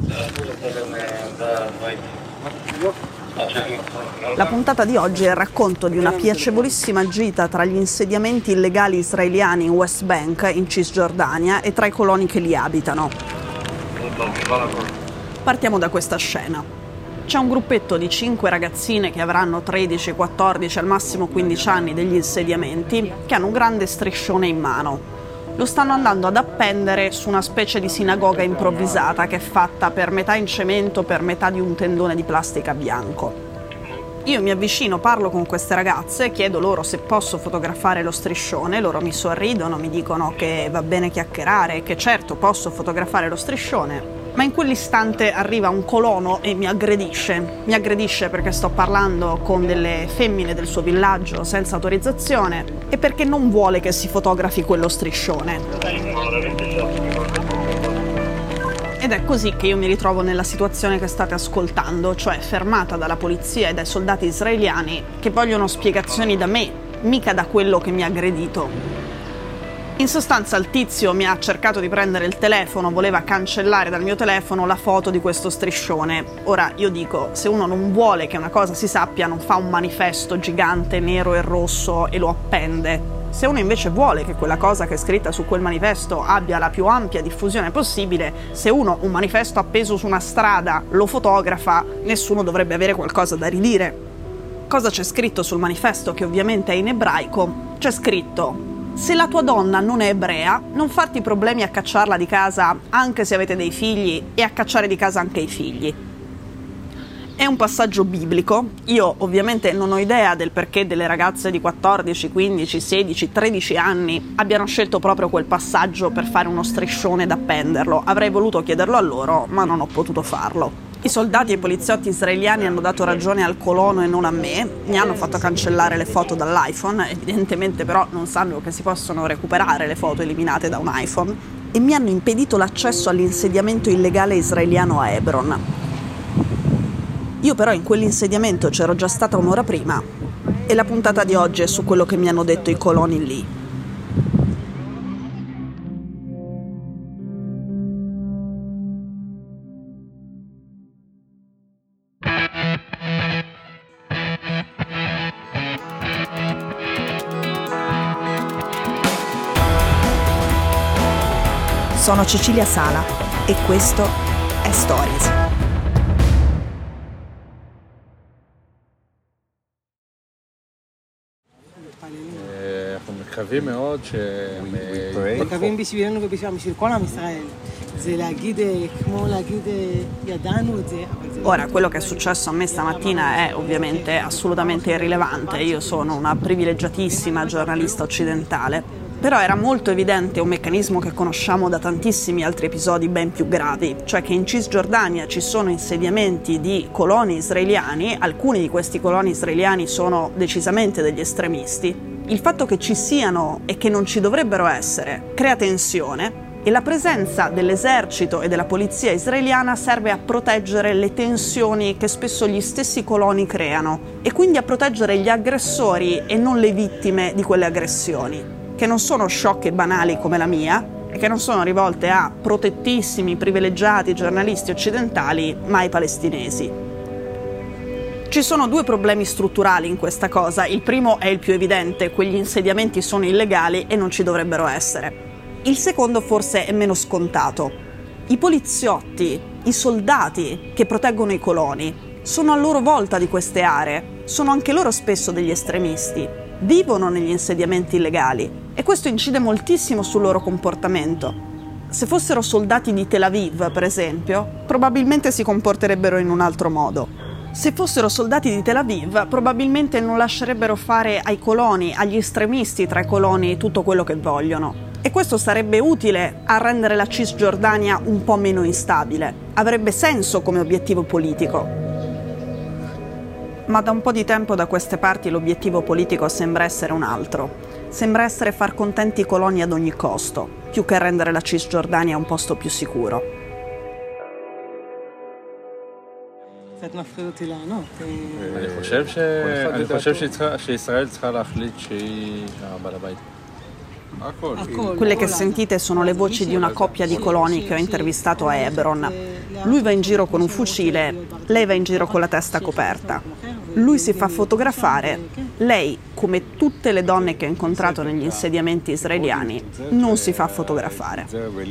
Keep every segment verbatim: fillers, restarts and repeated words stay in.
La puntata di oggi è il racconto di una piacevolissima gita tra gli insediamenti illegali israeliani in West Bank, in Cisgiordania, e tra i coloni che li abitano. Partiamo da questa scena. C'è un gruppetto di cinque ragazzine che avranno tredici, quattordici, al massimo quindici anni degli insediamenti, che hanno un grande striscione in mano. Lo stanno andando ad appendere su una specie di sinagoga improvvisata che è fatta per metà in cemento, per metà di un tendone di plastica bianco. Io mi avvicino, parlo con queste ragazze, chiedo loro se posso fotografare lo striscione, loro mi sorridono, mi dicono che va bene chiacchierare, che certo posso fotografare lo striscione, ma in quell'istante arriva un colono e mi aggredisce. Mi aggredisce perché sto parlando con delle femmine del suo villaggio senza autorizzazione e perché non vuole che si fotografi quello striscione. Ed è così che io mi ritrovo nella situazione che state ascoltando, cioè fermata dalla polizia e dai soldati israeliani che vogliono spiegazioni da me, mica da quello che mi ha aggredito. In sostanza il tizio mi ha cercato di prendere il telefono, voleva cancellare dal mio telefono la foto di questo striscione. Ora io dico, se uno non vuole che una cosa si sappia, non fa un manifesto gigante nero e rosso e lo appende. Se uno invece vuole che quella cosa che è scritta su quel manifesto abbia la più ampia diffusione possibile, se uno un manifesto appeso su una strada lo fotografa, nessuno dovrebbe avere qualcosa da ridire. Cosa c'è scritto sul manifesto, che ovviamente è in ebraico? C'è scritto: se la tua donna non è ebrea, non farti problemi a cacciarla di casa anche se avete dei figli e a cacciare di casa anche i figli. È un passaggio biblico. Io ovviamente non ho idea del perché delle ragazze di quattordici, quindici, sedici, tredici anni abbiano scelto proprio quel passaggio per fare uno striscione da appenderlo. Avrei voluto chiederlo a loro, ma non ho potuto farlo. I soldati e i poliziotti israeliani hanno dato ragione al colono e non a me, mi hanno fatto cancellare le foto dall'iPhone, evidentemente però non sanno che si possono recuperare le foto eliminate da un iPhone, e mi hanno impedito l'accesso all'insediamento illegale israeliano a Hebron. Io però in quell'insediamento c'ero già stata un'ora prima e la puntata di oggi è su quello che mi hanno detto i coloni lì. Sono Cecilia Sala e questo è Stories. אנחנו מקווים מאוד שהם... מקווים בשבילנו ובשביל כל עם ישראל. זה להגיד, כמו להגיד, ידענו את זה, אבל זה... Ora, quello che è successo a me stamattina è ovviamente assolutamente irrilevante. Io sono una privilegiatissima giornalista occidentale. Però era molto evidente un meccanismo che conosciamo da tantissimi altri episodi ben più gravi, cioè che in Cisgiordania ci sono insediamenti di coloni israeliani, alcuni di questi coloni israeliani sono decisamente degli estremisti. Il fatto che ci siano e che non ci dovrebbero essere crea tensione, e la presenza dell'esercito e della polizia israeliana serve a proteggere le tensioni che spesso gli stessi coloni creano, e quindi a proteggere gli aggressori e non le vittime di quelle aggressioni, che non sono sciocche e banali come la mia e che non sono rivolte a protettissimi, privilegiati giornalisti occidentali, ma ai palestinesi. Ci sono due problemi strutturali in questa cosa. Il primo è il più evidente: quegli insediamenti sono illegali e non ci dovrebbero essere. Il secondo forse è meno scontato. I poliziotti, i soldati che proteggono i coloni, sono a loro volta di queste aree, sono anche loro spesso degli estremisti, vivono negli insediamenti illegali e questo incide moltissimo sul loro comportamento. Se fossero soldati di Tel Aviv, per esempio, probabilmente si comporterebbero in un altro modo. Se fossero soldati di Tel Aviv, probabilmente non lascerebbero fare ai coloni, agli estremisti tra i coloni, tutto quello che vogliono. E questo sarebbe utile a rendere la Cisgiordania un po' meno instabile. Avrebbe senso come obiettivo politico. Ma da un po' di tempo da queste parti l'obiettivo politico sembra essere un altro. Sembra essere far contenti i coloni ad ogni costo, più che rendere la Cisgiordania un posto più sicuro. קצת מפחיד אותי לענות. אני חושב ש... אני חושב שישראל צריכה להחליט שהיא הבעל הבית. Quelle che sentite sono le voci di una coppia di coloni che ho intervistato a Hebron. Lui va in giro con un fucile, lei va in giro con la testa coperta. Lui si fa fotografare, lei, come tutte le donne che ho incontrato negli insediamenti israeliani, non si fa fotografare.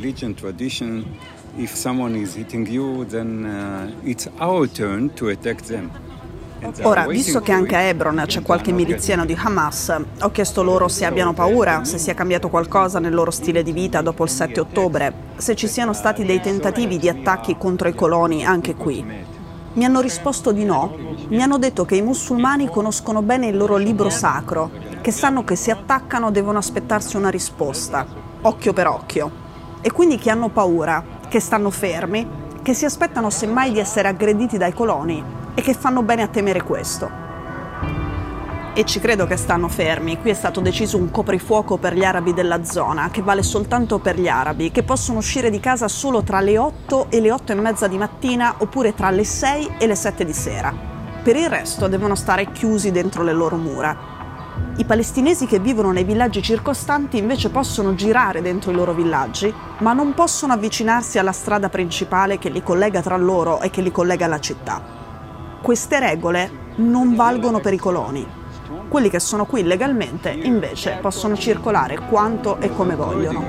If someone is hitting you, then uh, it's our turn to attack them. Ora, visto che anche a Hebron c'è qualche miliziano di Hamas, ho chiesto loro se abbiano paura, se sia cambiato qualcosa nel loro stile di vita dopo il sette ottobre, se ci siano stati dei tentativi di attacchi contro i coloni anche qui. Mi hanno risposto di no. Mi hanno detto che i musulmani conoscono bene il loro libro sacro, che sanno che se attaccano devono aspettarsi una risposta, occhio per occhio, e quindi che hanno paura, che stanno fermi, che si aspettano semmai di essere aggrediti dai coloni e che fanno bene a temere questo. E ci credo che stanno fermi. Qui è stato deciso un coprifuoco per gli arabi della zona, che vale soltanto per gli arabi, che possono uscire di casa solo tra le otto e le otto e mezza di mattina oppure tra le sei e le sette di sera. Per il resto devono stare chiusi dentro le loro mura. I palestinesi che vivono nei villaggi circostanti invece possono girare dentro i loro villaggi, ma non possono avvicinarsi alla strada principale che li collega tra loro e che li collega alla città. Queste regole non valgono per i coloni. Quelli che sono qui illegalmente, invece, possono circolare quanto e come vogliono.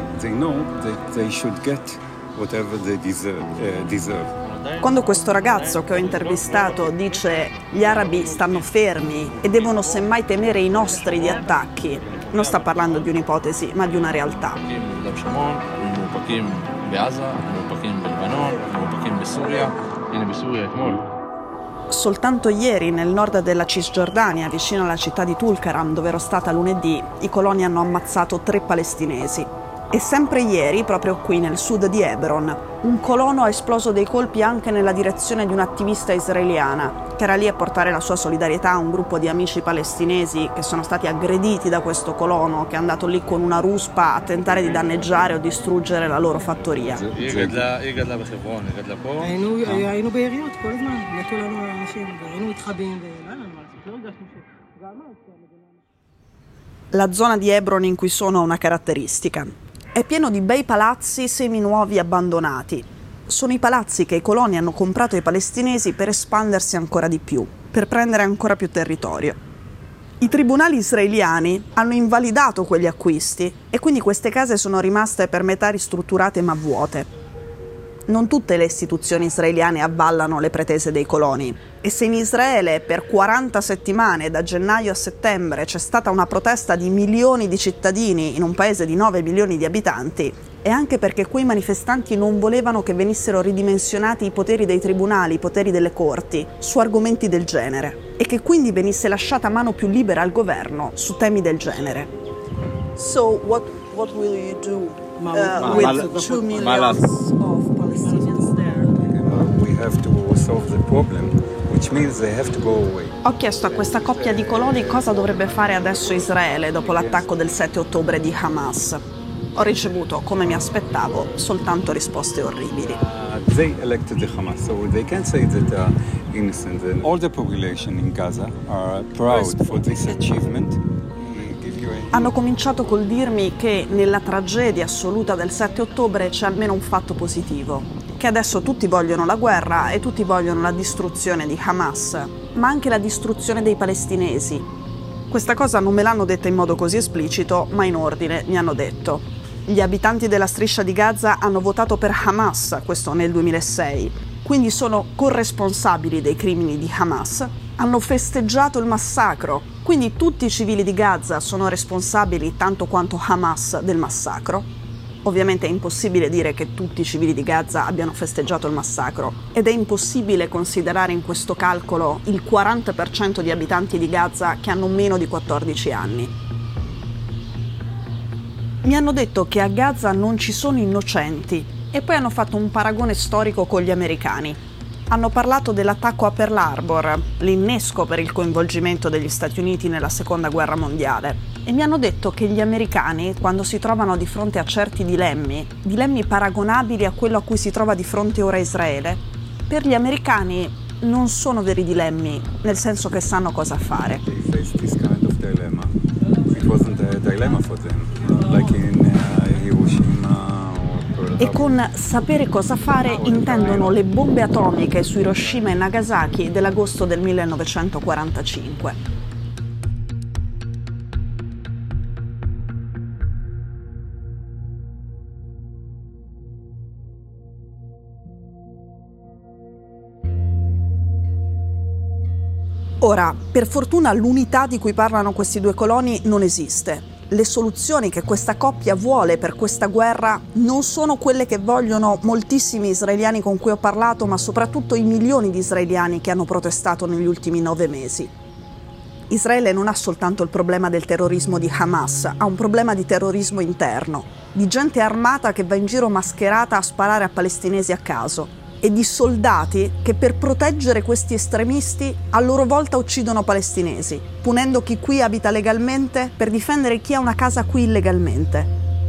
Quando questo ragazzo che ho intervistato dice gli arabi stanno fermi e devono semmai temere i nostri di attacchi, non sta parlando di un'ipotesi, ma di una realtà. Soltanto ieri, nel nord della Cisgiordania, vicino alla città di Tulkaram, dove ero stata lunedì, i coloni hanno ammazzato tre palestinesi. E sempre ieri, proprio qui nel sud di Hebron, un colono ha esploso dei colpi anche nella direzione di un'attivista israeliana, che era lì a portare la sua solidarietà a un gruppo di amici palestinesi che sono stati aggrediti da questo colono, che è andato lì con una ruspa a tentare di danneggiare o distruggere la loro fattoria. היינו בעיריות כל הזמן, נתנו לנו אנשים, והיינו מתחבאים, ולא היה לנו מה לעשות, לא הרגשנו ש... La zona di Hebron in cui sono ha una caratteristica. È pieno di bei palazzi seminuovi abbandonati. Sono i palazzi che i coloni hanno comprato ai palestinesi per espandersi ancora di più, per prendere ancora più territorio. I tribunali israeliani hanno invalidato quegli acquisti e quindi queste case sono rimaste per metà ristrutturate ma vuote. Non tutte le istituzioni israeliane avvallano le pretese dei coloni. E se in Israele per quaranta settimane, da gennaio a settembre, c'è stata una protesta di milioni di cittadini in un paese di nove milioni di abitanti, è anche perché quei manifestanti non volevano che venissero ridimensionati i poteri dei tribunali, i poteri delle corti, su argomenti del genere, e che quindi venisse lasciata mano più libera al governo su temi del genere. So what, what will you do uh, with two million of Palestinians there? We have to solve the problem, which means they have to go away. Ho chiesto a questa coppia di coloni cosa dovrebbe fare adesso Israele dopo l'attacco del sette ottobre di Hamas. Ho ricevuto, come mi aspettavo, soltanto risposte orribili. Uh, they elected the Hamas, so they can't say that uh, innocent. And all the population in Gaza are proud for this achievement. Hanno cominciato col dirmi che nella tragedia assoluta del sette ottobre c'è almeno un fatto positivo, che adesso tutti vogliono la guerra e tutti vogliono la distruzione di Hamas, ma anche la distruzione dei palestinesi. Questa cosa non me l'hanno detta in modo così esplicito, ma in ordine mi hanno detto: gli abitanti della striscia di Gaza hanno votato per Hamas, questo nel duemilasei, quindi sono corresponsabili dei crimini di Hamas, hanno festeggiato il massacro, quindi tutti i civili di Gaza sono responsabili tanto quanto Hamas del massacro. Ovviamente è impossibile dire che tutti i civili di Gaza abbiano festeggiato il massacro ed è impossibile considerare in questo calcolo il quaranta per cento di abitanti di Gaza che hanno meno di quattordici anni. Mi hanno detto che a Gaza non ci sono innocenti e poi hanno fatto un paragone storico con gli americani. Hanno parlato dell'attacco a Pearl Harbor, l'innesco per il coinvolgimento degli Stati Uniti nella Seconda Guerra Mondiale, e mi hanno detto che gli americani, quando si trovano di fronte a certi dilemmi, dilemmi paragonabili a quello a cui si trova di fronte ora Israele, per gli americani non sono veri dilemmi, nel senso che sanno cosa fare. They faced this kind of dilemma. It wasn't a dilemma for them, like in uh, Hiroshima or Pearl E con sapere cosa fare intendono le bombe atomiche su Hiroshima e Nagasaki dell'agosto del millenovecentoquarantacinque. Ora, per fortuna l'unità di cui parlano questi due coloni non esiste. Le soluzioni che questa coppia vuole per questa guerra non sono quelle che vogliono moltissimi israeliani con cui ho parlato, ma soprattutto i milioni di israeliani che hanno protestato negli ultimi nove mesi. Israele non ha soltanto il problema del terrorismo di Hamas, ha un problema di terrorismo interno, di gente armata che va in giro mascherata a sparare a palestinesi a caso, e di soldati che per proteggere questi estremisti a loro volta uccidono palestinesi, punendo chi qui abita legalmente per difendere chi ha una casa qui illegalmente.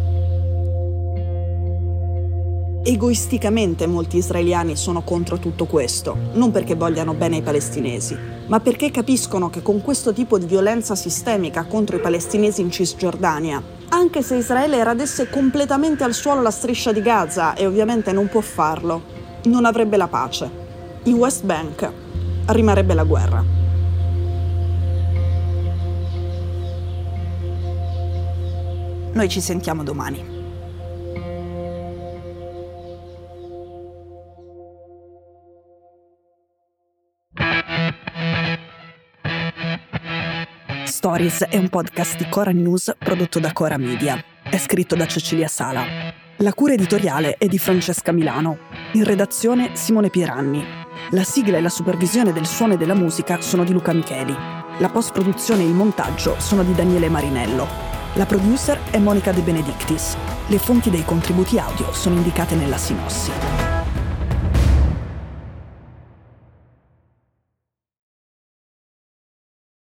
Egoisticamente molti israeliani sono contro tutto questo, non perché vogliano bene ai palestinesi, ma perché capiscono che con questo tipo di violenza sistemica contro i palestinesi in Cisgiordania, anche se Israele radesse completamente al suolo la striscia di Gaza, e ovviamente non può farlo, non avrebbe la pace. In West Bank rimarrebbe la guerra. Noi ci sentiamo domani. Stories è un podcast di Cora News prodotto da Cora Media. È scritto da Cecilia Sala. La cura editoriale è di Francesca Milano. In redazione Simone Pieranni. La sigla e la supervisione del suono e della musica sono di Luca Micheli. La post-produzione e il montaggio sono di Daniele Marinello. La producer è Monica De Benedictis. Le fonti dei contributi audio sono indicate nella sinossi.